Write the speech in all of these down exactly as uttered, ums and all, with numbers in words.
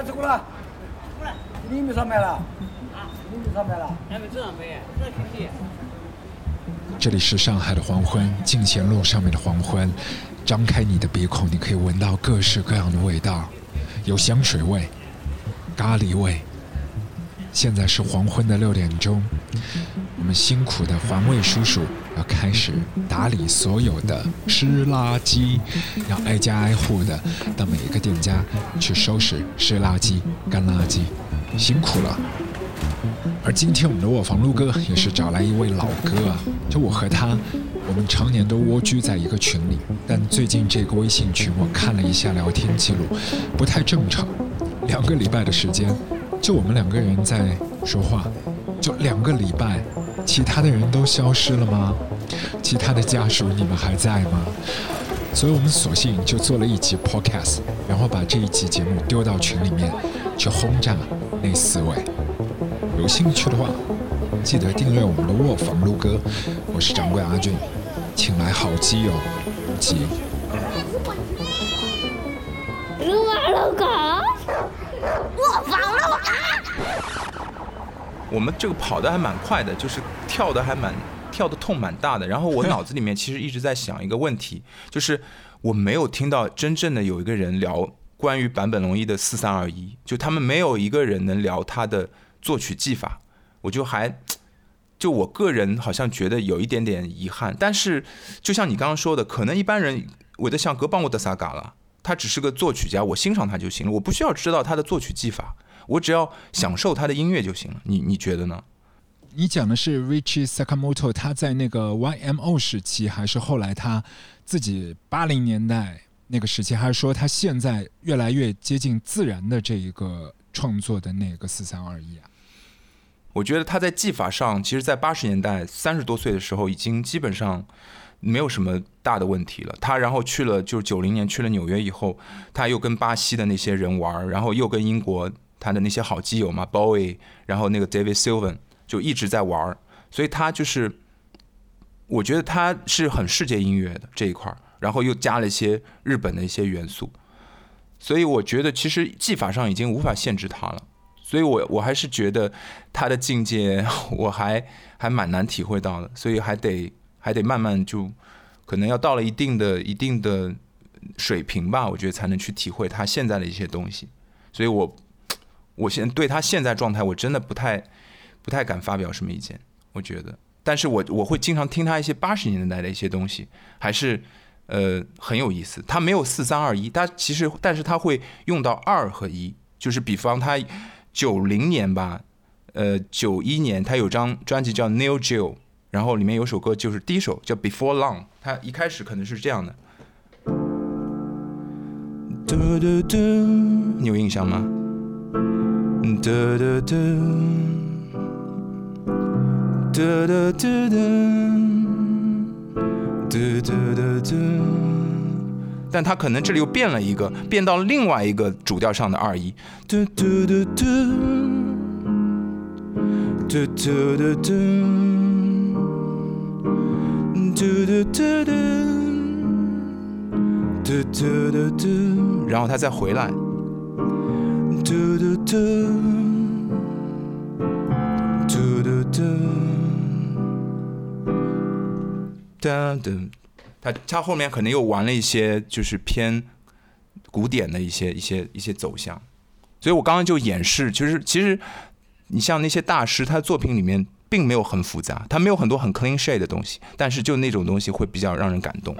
吃过了。你没上麦了？你没上麦了？ 还没这上麦，这天气。 这里是上海的黄昏，进贤路上面的黄昏。张开你的鼻孔，你可以闻到各式各样的味道，有香水味、咖喱味。现在是黄昏的六点钟，我们辛苦的环卫叔叔要开始打理所有的湿垃圾，要挨家挨户的到每一个店家去收拾湿垃圾、干垃圾，辛苦了。而今天我们的卧房撸哥也是找来一位老哥啊，就我和他，我们常年都蜗居在一个群里，但最近这个微信群我看了一下聊天记录，不太正常。两个礼拜的时间，就我们两个人在说话，就两个礼拜，其他的人都消失了吗？其他的家属你们还在吗？所以我们索性就做了一集 podcast， 然后把这一集节目丢到群里面去轰炸那四位。有兴趣的话，记得订阅我们的卧房撸哥，我是掌柜阿俊，请来好基友吉。 撸啊撸哥，卧房撸啊！ 我们这个跑得还蛮快的，就是跳得还蛮跳得痛蛮大的。然后我脑子里面其实一直在想一个问题，就是我没有听到真正的有一个人聊关于坂本龙一的四三二一，就他们没有一个人能聊他的作曲技法，我就还就我个人好像觉得有一点点遗憾。但是就像你刚刚说的，可能一般人我在想哥帮我的萨嘎了，他只是个作曲家，我欣赏他就行了，我不需要知道他的作曲技法，我只要享受他的音乐就行了。你你觉得呢？ 你讲的是 Richie Sakamoto， 他在那个 Y M O 时期，还是后来他自己八零年代那个时期，还是说他现在越来越接近自然的这一个创作的那个四三二一啊？ 我觉得他在技法上，其实在八十年代三十多岁的时候，已经基本上没有什么大的问题了。他然后去了，就是九零年去了纽约以后，他又跟巴西的那些人玩，然后又跟英国他的那些好基友嘛 ，Bowie， 然后那个 David Sylvian 就一直在玩，所以他就是，我觉得他是很世界音乐的这一块，然后又加了一些日本的一些元素，所以我觉得其实技法上已经无法限制他了。所以我我还是觉得他的境界我还还蛮难体会到的，所以还得还得慢慢就可能要到了一定的一定的水平吧，我觉得才能去体会他现在的一些东西。所以我我现对他现在状态我真的不太不太敢发表什么意见，我觉得。但是我我会经常听他一些八十年代的一些东西，还是呃很有意思。他没有四三二一，他其实但是他会用到二和一，就是比方他。九零年吧，呃，九一年他有张专辑叫《Neo Geo》，然后里面有首歌就是第一首叫《Before Long》，他一开始可能是这样的，嘟嘟嘟，你有印象吗？嘟嘟嘟，嘟嘟嘟嘟，嘟嘟嘟嘟。但他可能这里又变了一个，变到另外一个主调上的二一，嘟嘟嘟嘟，嘟嘟嘟嘟，嘟嘟嘟嘟，嘟嘟嘟嘟，然后他再回来，嘟嘟嘟，嘟嘟嘟，哒哒。他他后面可能又玩了一些就是偏古典的一些一些一些走向，所以我刚刚就演示，就是其实你像那些大师，他的作品里面并没有很复杂，他没有很多很 clean shade 的东西，但是就那种东西会比较让人感动。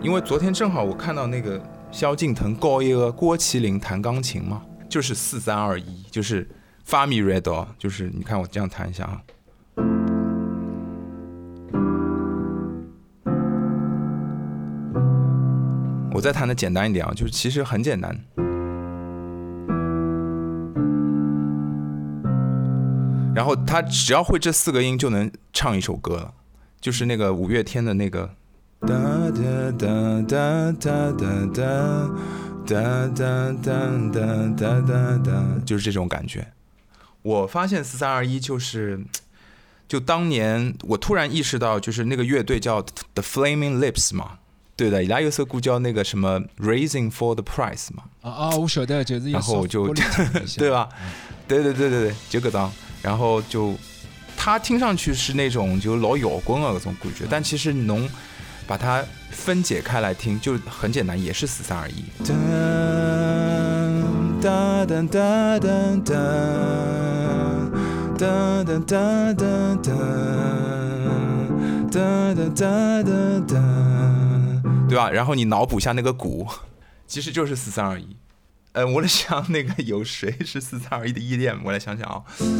因为昨天正好我看到那个萧敬腾告一个郭麒麟弹钢琴嘛，就是四三二一，就是发咪 red， 就是你看我这样弹一下啊。我再弹的简单一点啊，就是其实很简单。然后他只要会这四个音就能唱一首歌了，就是那个五月天的那个哒哒哒哒哒哒哒哒哒哒哒哒哒，就是这种感觉。我发现四三二一就是，就当年我突然意识到，就是那个乐队叫 The Flaming Lips 嘛，对的，伊拉有首歌叫那个什么 Raising for the Price 嘛。 啊啊，我晓得，就是然后就对吧？对对对对对，就搿张。然后就，他听上去是那种就老摇滚啊那种感觉，但其实侬把它分解开来听，就很简单，也是四三二一。哒哒哒哒哒哒哒哒哒哒哒哒哒哒，对吧？然后你脑补下那个鼓，其实就是四三二一。嗯，我在想那个有谁是四三二一的依恋？我来想想啊。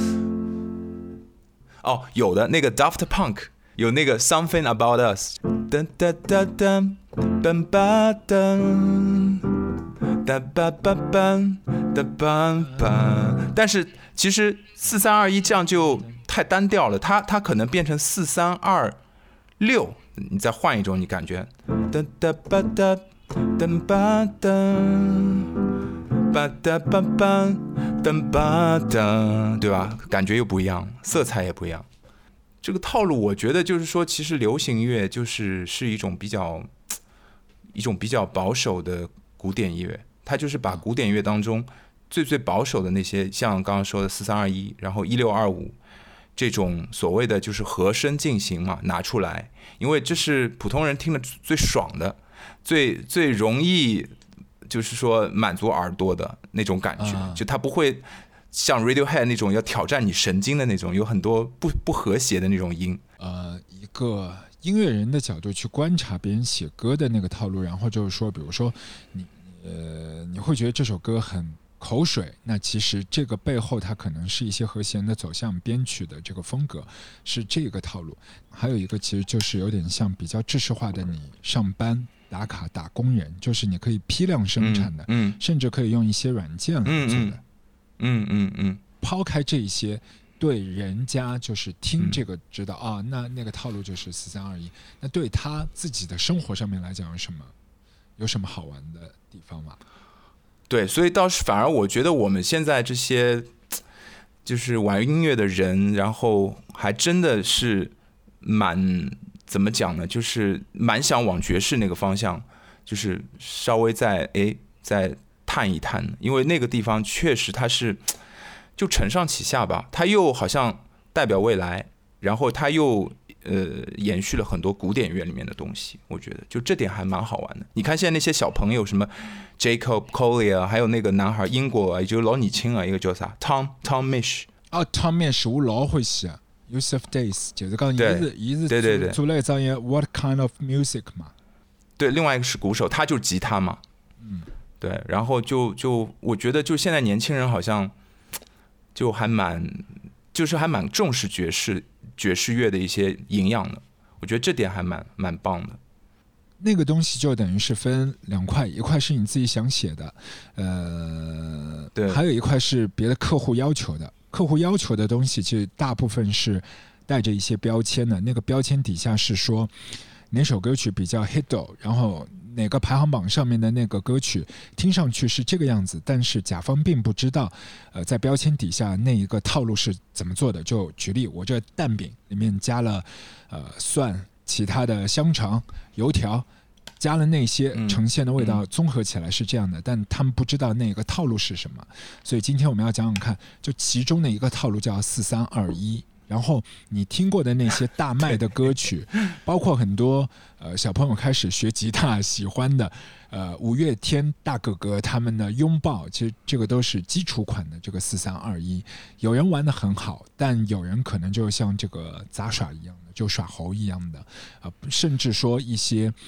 哦，有的那个 Daft Punk 有那个 Something About Us， 噔噔噔噔噔噔噔噔噔噔噔噔噔，但是其实四三二一这样就太单调了，它它可能变成四三二六，你再换一种，你感觉噔噔吧噔噔吧噔。吧哒吧吧噔吧噔，对吧？感觉又不一样，色彩也不一样。这个套路，我觉得就是说，其实流行乐就是是一种比较一种比较保守的古典乐，它就是把古典乐当中最最保守的那些，像刚刚说的四三二一，然后一六二五这种所谓的就是和声进行嘛，拿出来，因为这是普通人听的最爽的，最最容易。就是说满足耳朵的那种感觉，啊、就它不会像 Radiohead 那种要挑战你神经的那种，有很多不不和谐的那种音。 呃，一个音乐人的角度去观察别人写歌的那个套路，然后就是说，比如说你呃你会觉得这首歌很口水，那其实这个背后它可能是一些和弦的走向、编曲的这个风格，是这个套路。还有一个其实就是有点像比较制式化的，你上班。打卡打工人，就是你可以批量生产的， 嗯嗯、 甚至可以用一些软件来做的。 嗯嗯嗯。 抛开这一些，对人家就是听这个知道、嗯、啊，那那个套路就是四三二一。那对他自己的生活上面来讲，有什么有什么好玩的地方吗？ 对，所以倒是反而我觉得我们现在这些就是玩音乐的人，然后还真的是蛮。怎么讲呢？就是蛮想往爵士那个方向，就是稍微再哎再探一探，因为那个地方确实它是就承上启下吧，它又好像代表未来，然后它又呃延续了很多古典乐里面的东西，我觉得就这点还蛮好玩的。你看现在那些小朋友，什么 Jacob Collier， 还有那个男孩英国也就是老年轻啊，一个叫啥 Tom Tom Misch 啊 Tom Misch 我老欢喜啊。Yusuf Days 就是讲，伊是伊是做做了一张嘢 What kind of music 嘛？ 对，另外一个是鼓手，他就是吉他嘛。 嗯， 对，然后就就我觉得，就现在年轻人好像就还蛮，就是还蛮重视爵士爵士乐的一些营养的。我觉得这点还蛮蛮棒的。 那个东西就等于是分两块，一块是你自己想写的，呃， 对， 还有一块是别的客户要求的。客户要求的东西其实大部分是带着一些标签的，那个标签底下是说哪首歌曲比较 hit， 然后哪个排行榜上面的那个歌曲听上去是这个样子，但是甲方并不知道呃，在标签底下那一个套路是怎么做的。就举例，我这蛋饼里面加了呃蒜，其他的香肠、油条，加了那些呈现的味道综合起来是这样的、嗯嗯、但他们不知道那个套路是什么。所以今天我们要讲讲看，就其中的一个套路叫四三二一，然后你听过的那些大卖的歌曲包括很多呃小朋友开始学吉他喜欢的呃五月天大哥哥他们的拥抱，其实这个都是基础款的这个四三二一。有人玩得很好，但有人可能就像这个杂耍一样的，就耍猴一样的、呃、甚至说一些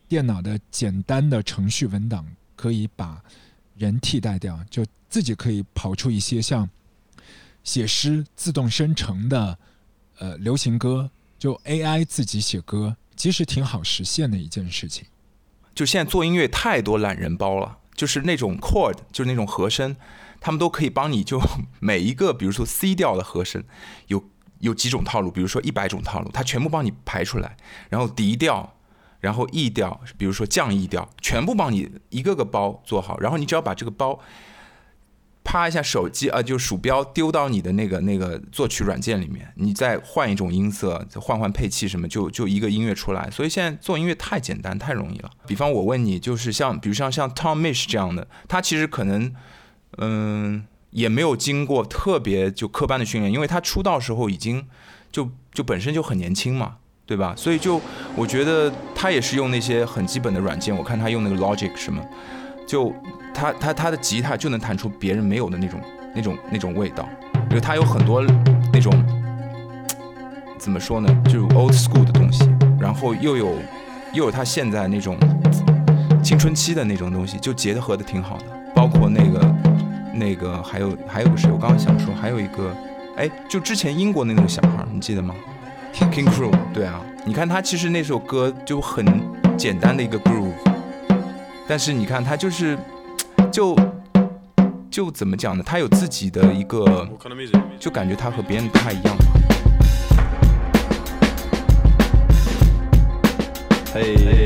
电脑的简单的程序文档可以把人替代掉，就自己可以跑出一些像写诗自动生成的呃流行歌，就 A I 自己写歌，其实挺好实现的一件事情。 就现在做音乐太多懒人包了，就是那种 chord， 就是那种和声，他们都可以帮你就每一个，比如说 C 调的和声，有有几种套路，比如说一百种套路，它全部帮你排出来，然后D调，然后 E 调，比如说降 E 调，全部帮你一个个包做好，然后你只要把这个包啪一下手机啊、呃，就鼠标丢到你的那个那个作曲软件里面，你再换一种音色，再换换配器什么，就就一个音乐出来。所以现在做音乐太简单太容易了。比方我问你，就是像比如像像 Tom Misch 这样的，他其实可能嗯也没有经过特别就科班的训练，因为他出道时候已经就就本身就很年轻嘛，对吧？所以就我觉得他也是用那些很基本的软件，我看他用那个 Logic 什么，就他他他的吉他就能弹出别人没有的那种那种那种味道，因为他有很多那种怎么说呢，就 old school 的东西，然后又有又有他现在那种青春期的那种东西，就结合的挺好的。包括那个那个还有还有个谁，我刚刚想说还有一个，哎，就之前英国的那种小孩，你记得吗？ King Crew， 对啊，你看他其实那首歌就很简单的一个 groove， 但是你看他就是就就怎么讲呢？他有自己的一个，就感觉他和别人不太一样嘛。嘿。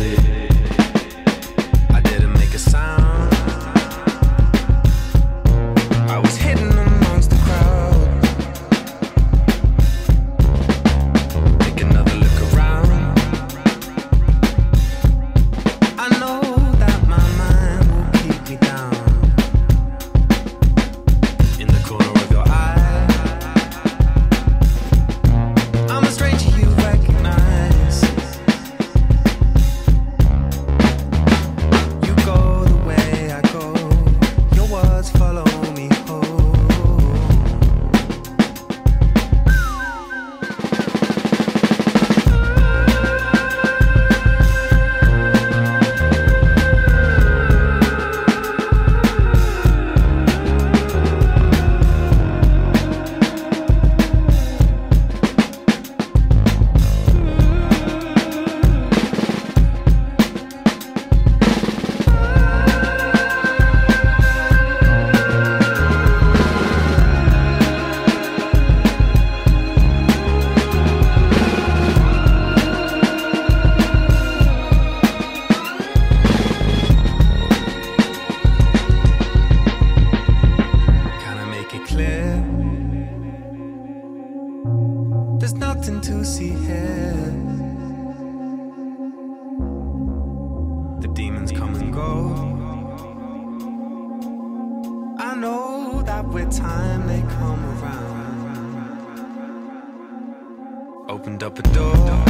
Opened up a door.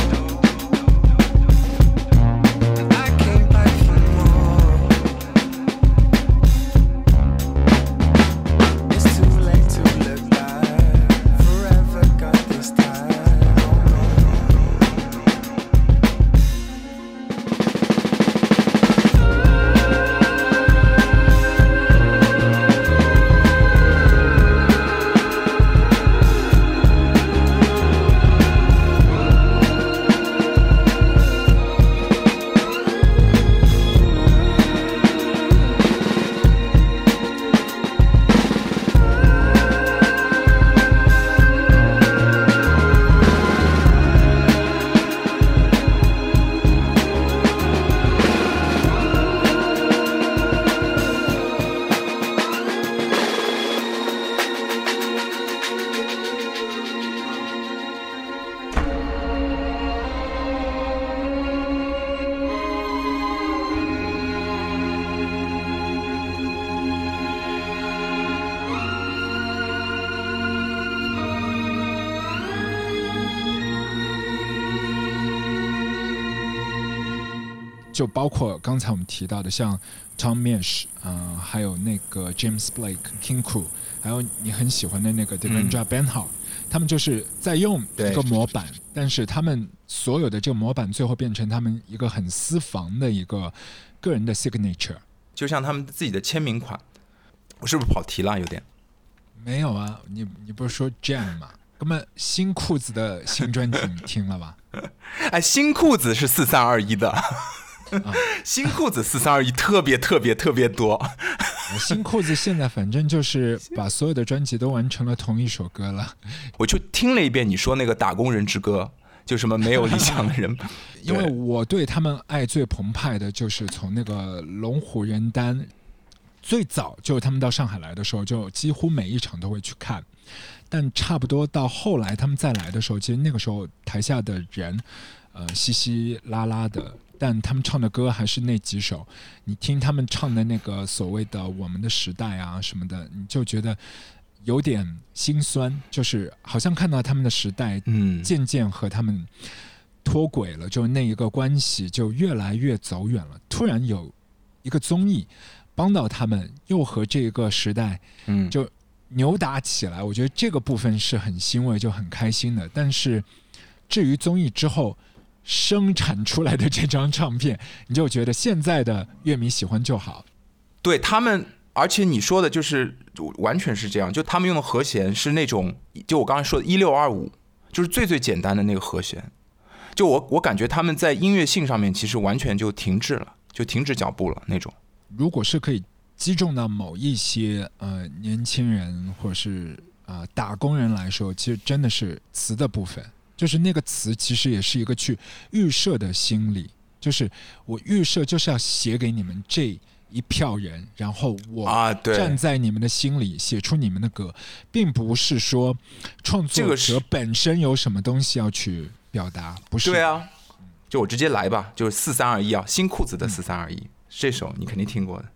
就包括刚才我们提到的像 Tom Misch， 呃，还有那个 James Blake、King Kroo， 还有你很喜欢的那个 Devendra Banhart，嗯，他们就是在用一个模板，但是他们所有的这个模板最后变成他们一个很私房的一个个人的 signature， 就像他们自己的签名款。我是不是跑题了有点？ 没有啊，你你不是说 Jam 吗？根本新裤子的新专辑你听了吧？ 哎，新裤子是四三二一的，啊，新裤子四三二一特别特别特别多。 新裤子现在反正就是把所有的专辑都完成了同一首歌了。 我就听了一遍你说那个打工人之歌，就什么没有理想的人。 因为我对他们爱最澎湃的就是从那个龙虎人丹，最早就是他们到上海来的时候，就几乎每一场都会去看。但差不多到后来他们再来的时候，其实那个时候台下的人呃稀稀拉拉的，但他们唱的歌还是那几首。你听他们唱的那个所谓的我们的时代啊什么的，你就觉得有点心酸，就是好像看到他们的时代渐渐和他们脱轨了，就那一个关系就越来越走远了。突然有一个综艺帮到他们，又和这个时代就扭打起来，我觉得这个部分是很欣慰，就很开心的。但是至于综艺之后生产出来的这张唱片，你就觉得现在的乐迷喜欢就好。 对他们，而且你说的就是完全是这样，就他们用的和弦是那种，就我刚才说的一六二五，就是最最简单的那个和弦。就我我感觉他们在音乐性上面其实完全就停滞了，就停止脚步了那种。 如果是可以击中到某一些呃年轻人或者是呃打工人来说，其实真的是词的部分，就是那个词其实也是一个去预设的心理，就是我预设就是要写给你们这一票人，然后我站在你们的心里写出你们的歌，并不是说创作者本身有什么东西要去表达，不是。 对啊，就我直接来吧，就是四三二一啊，新裤子的四三二一，这首你肯定听过的。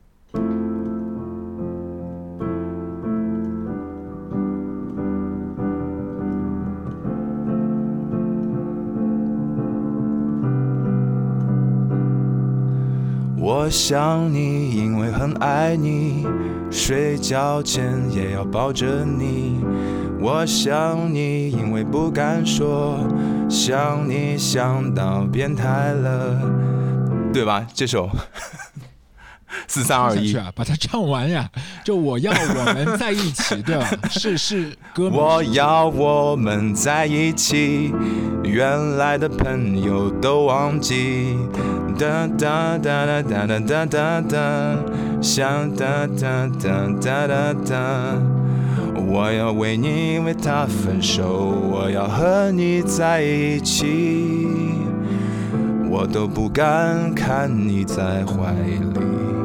我想你，因为很爱你，睡觉前也要抱着你。我想你，因为不敢说，想你想到变态了，对吧？这首四三二一， 把它唱完呀！就我要我们在一起，对吧？是是歌名。 我要我们在一起，原来的朋友都忘记。哒哒哒哒哒哒哒哒哒，想哒哒哒哒哒哒。我要为你为他分手，我要和你在一起，我都不敢看你在怀里。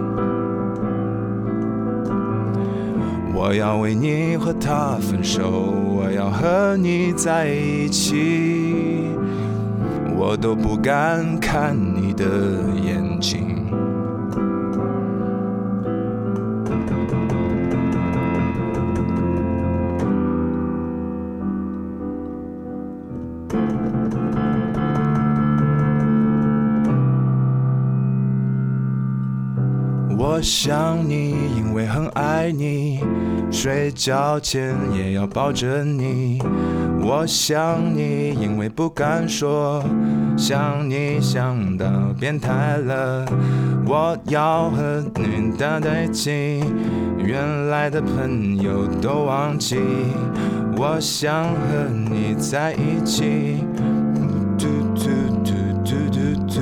我要为你和他分手，我要和你在一起，我都不敢看你的眼睛。我想你，因为很爱你，睡觉前也要抱着你。我想你，因为不敢说，想你想到变态了。我要和你在一起，原来的朋友都忘记。我想和你在一起。嘟嘟嘟嘟嘟嘟。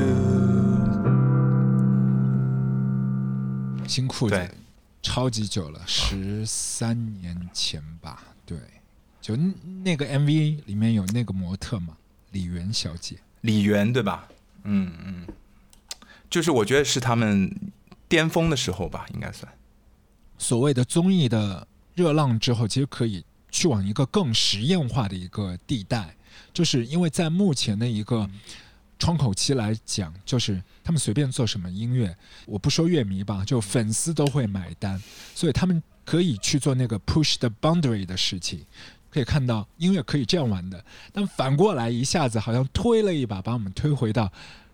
新裤子超级久了，十三年前吧。对，就那个 M V 里面有那个模特嘛，李媛小姐。 李媛对吧？嗯嗯，就是我觉得是他们巅峰的时候吧，应该算。 所谓的综艺的热浪之后，其实可以去往一个更实验化的一个地带，就是因为在目前的一个窗口期来讲，就是他们随便做什么音乐，我不说乐迷吧，就粉丝都会买单，所以他们可以去做那个 push the boundary 的事情，可以看到音乐可以这样玩的。但反过来一下子好像推了一把，把我们推回到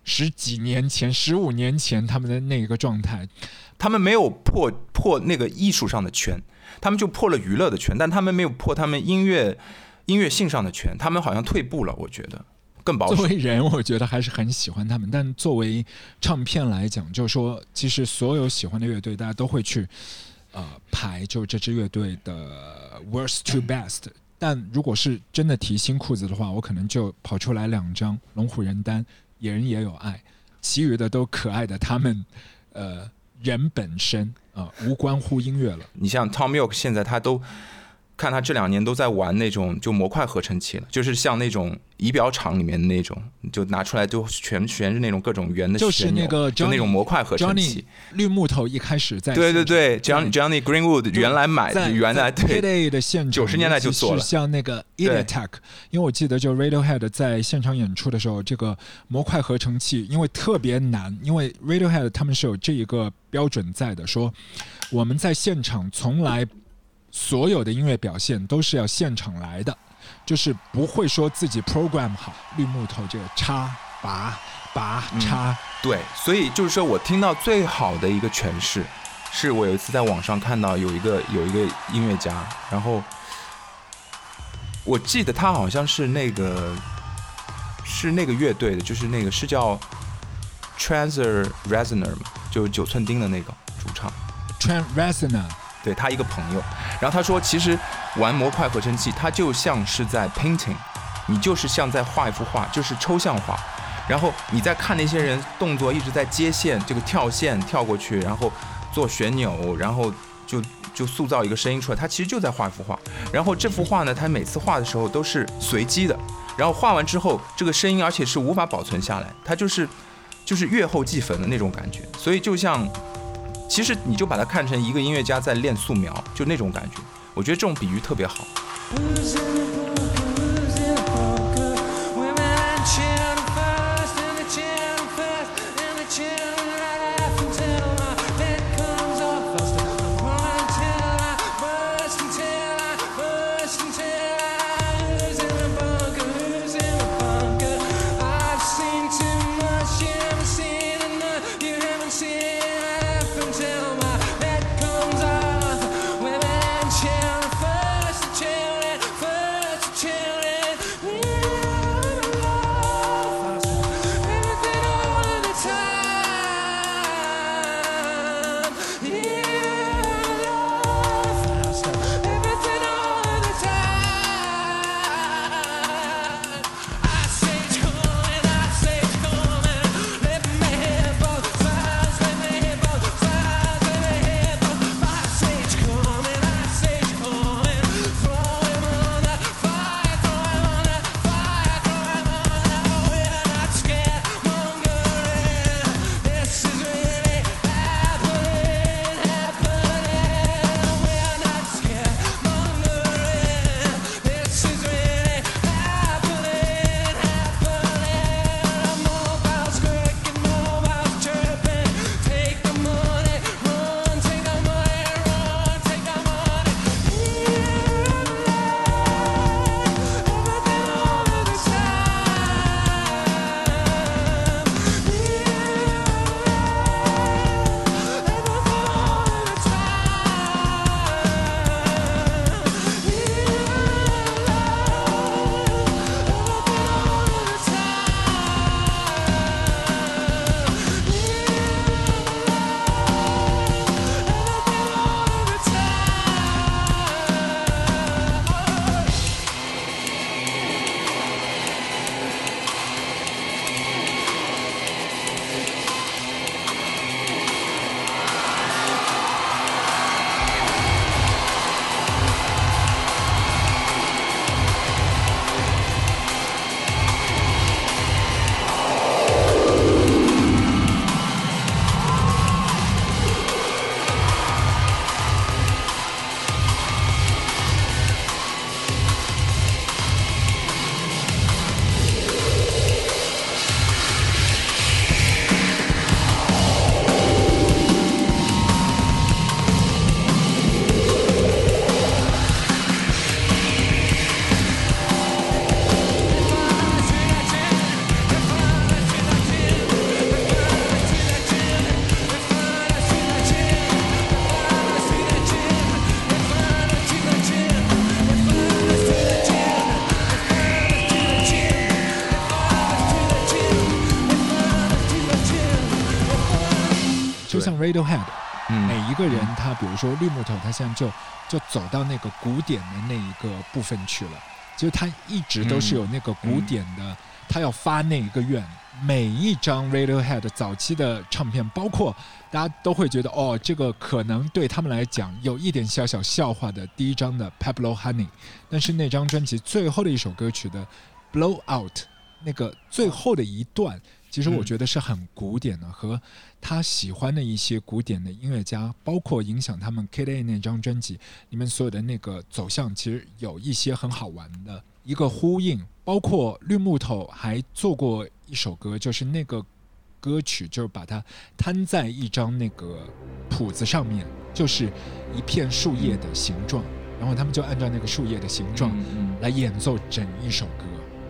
十几年前、十五年前他们的那个状态。 他们没有破破那个艺术上的圈，他们就破了娱乐的圈，但他们没有破他们音乐音乐性上的圈，他们好像退步了，我觉得更保守。 作为人，我觉得还是很喜欢他们，但作为唱片来讲，就是说，其实所有喜欢的乐队，大家都会去呃排，就这支乐队的 worst to best。但如果是真的提新裤子的话，我可能就跑出来两张《龙虎人丹》，野人也有爱，其余的都可爱的他们呃人本身啊、呃，无关乎音乐了。 你像 Tom York 现在他都看他这两年都在玩那种就模块合成器了，就是像那种仪表厂里面的那种，就拿出来就全全是那种各种圆的旋钮， 就是那个 Johnny, 就那种模块合成器。 绿木头一开始在对对对 ，Johnny Johnny Greenwood 原来买的原来对 Hit A 的现场九十年代就做了， 像那个 Eat Attack， 因为我记得就 Radiohead 在现场演出的时候，这个模块合成器因为特别难，因为 Radiohead 他们是有这一个标准在的，说我们在现场从来。所有的音乐表现都是要现场来的，就是不会说自己 program 好，绿木头这个插拔拔插、嗯， 对，所以就是说我听到最好的一个诠释，是我有一次在网上看到有一个有一个音乐家，然后我记得他好像是那个是那个乐队的，就是那个是叫 Trent Reznor 嘛，就是九寸钉的那个主唱 Trent Reznor。 对他一个朋友，然后他说，其实玩模块合成器，它就像是在 painting， 你就是像在画一幅画，就是抽象画。然后你在看那些人动作一直在接线，这个跳线跳过去，然后做旋钮，然后就就塑造一个声音出来，他其实就在画一幅画。然后这幅画呢，他每次画的时候都是随机的，然后画完之后，这个声音而且是无法保存下来，它就是就是月后祭坟的那种感觉。所以就像。其实你就把它看成一个音乐家在练素描，就那种感觉。我觉得这种比喻特别好。 Radiohead，、 嗯、 每一个人他比如说绿木头，他现在就就走到那个古典的那一个部分去了，就是他一直都是有那个古典的、嗯、他要发那一个愿。每一张 Radiohead 早期的唱片，包括大家都会觉得哦，这个可能对他们来讲有一点小小笑话的第一张的 Pablo Honey， 但是那张专辑最后的一首歌曲的 Blow Out 那个最后的一段，其实我觉得是很古典的，和他喜欢的一些古典的音乐家，包括影响他们 Kid A 那张专辑里面所有的那个走向，其实有一些很好玩的一个呼应。包括绿木头还做过一首歌，就是那个歌曲就是把它摊在一张那个谱子上面，就是一片树叶的形状，然后他们就按照那个树叶的形状来演奏整一首歌。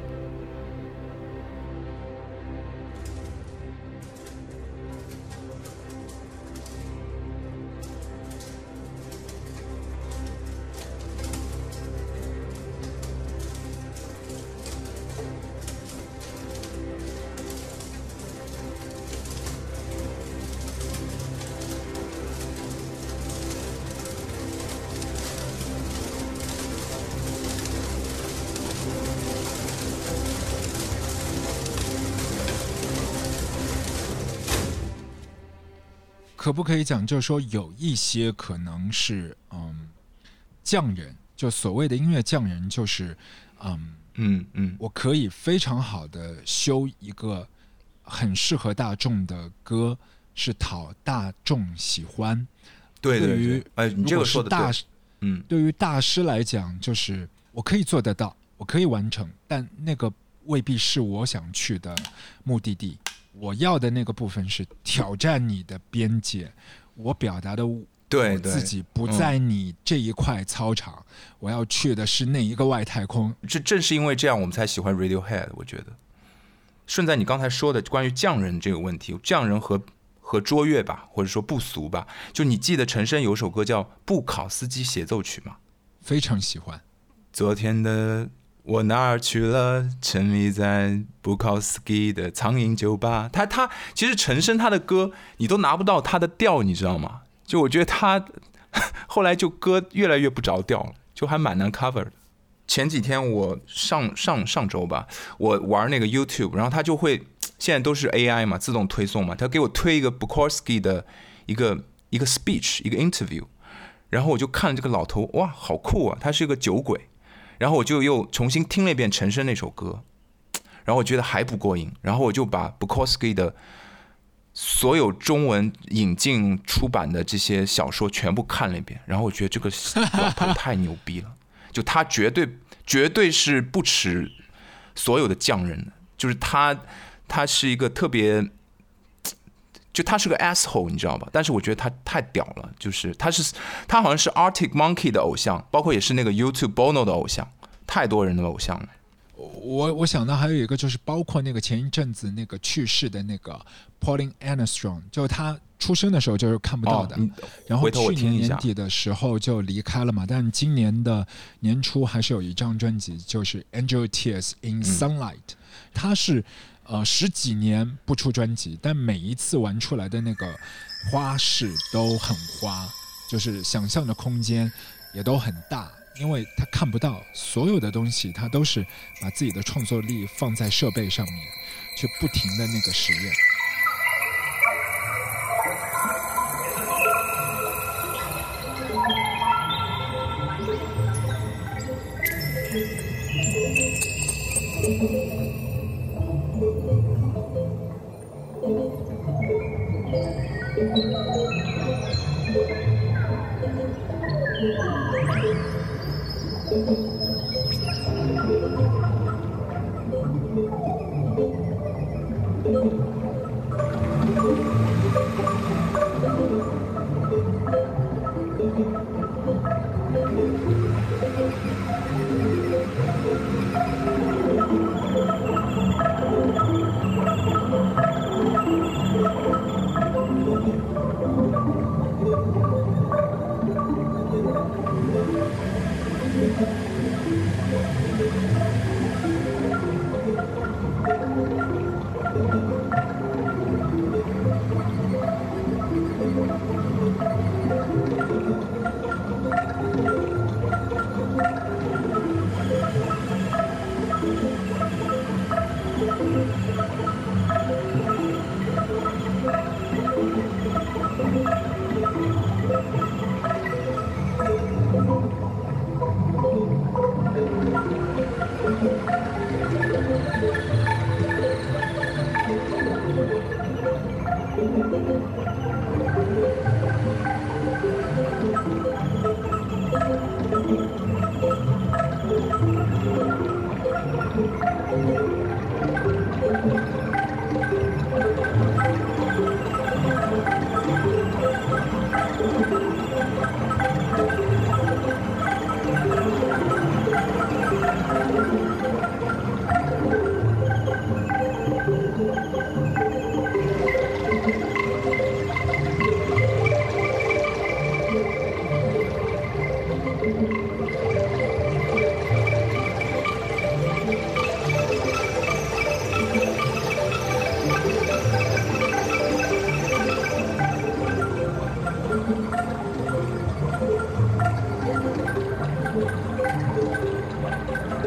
可不可以讲，就是说有一些可能是嗯匠人，就所谓的音乐匠人，就是嗯嗯嗯， 我可以非常好的修一个很适合大众的歌，是讨大众喜欢。 对对对， 哎，你这个说的对。 嗯，对于大师来讲，就是我可以做得到，我可以完成，但那个未必是我想去的目的地。我要的那个部分是挑战你的边界，我表达的对自己不在你这一块操场、嗯、我要去的是那一个外太空。 这正是因为这样我们才喜欢 Radiohead。 我觉得顺在你刚才说的关于匠人这个问题，匠人和和卓越吧，或者说不俗吧，就你记得陈升有首歌叫《布考斯基协奏曲》吗？ 非常喜欢。 昨天的我哪儿去了？沉迷在布考斯基的苍蝇酒吧。他他其实陈升他的歌你都拿不到他的调，你知道吗？就我觉得他后来就歌越来越不着调了，就还蛮难 cover 的。前几天我上上上周吧，我玩那个 YouTube， 然后他就会现在都是 A I 嘛，自动推送嘛，他给我推一个 Bukowski 的一个一个 speech， 一个 interview， 然后我就看了这个老头，哇，好酷啊，他是个酒鬼。然后我就又重新听了一遍陈升那首歌，然后我觉得还不过瘾，然后我就把 Bukowski 的所有中文引进出版的这些小说全部看了一遍，然后我觉得这个老头太牛逼了，就他绝对绝对是不耻所有的匠人的，就是他他是一个特别，就他是个 asshole， 你知道吧？但是我觉得他太屌了，就是他是他好像是 Arctic Monkey 的偶像，包括也是那个 YouTube Bono 的偶像，太多人的偶像了。 我我想到还有一个就是包括那个前一阵子那个去世的那个 Pauline Armstrong， 就他出生的时候就是看不到的，哦、然后去年年底的时候就离开了嘛，但今年的年初还是有一张专辑，就是 Angel Tears in Sunlight，、嗯、他是。呃，十几年不出专辑，但每一次玩出来的那个花式都很花，就是想象的空间也都很大，因为他看不到所有的东西，他都是把自己的创作力放在设备上面，去不停的那个实验。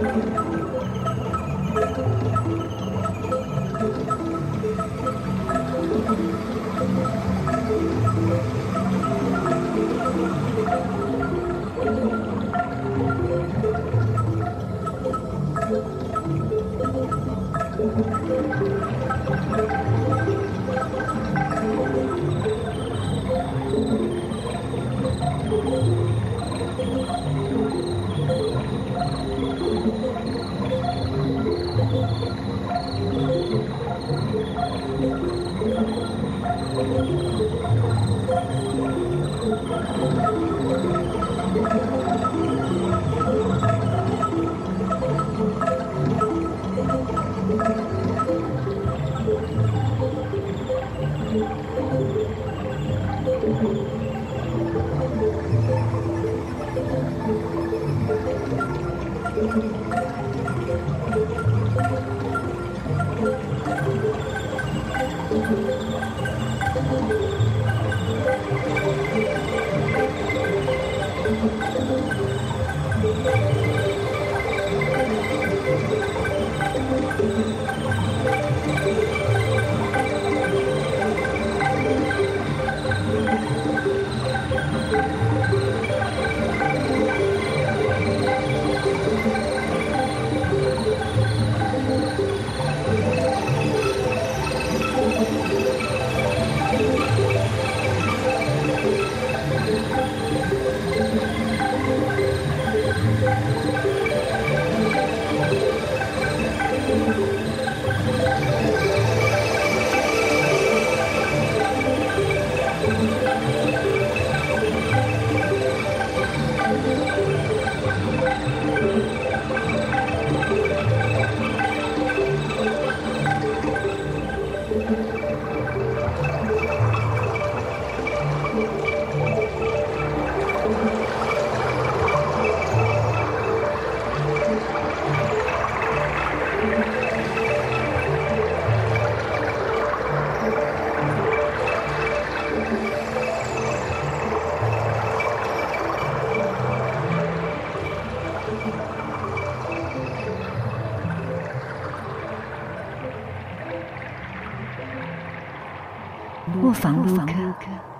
卧房录客。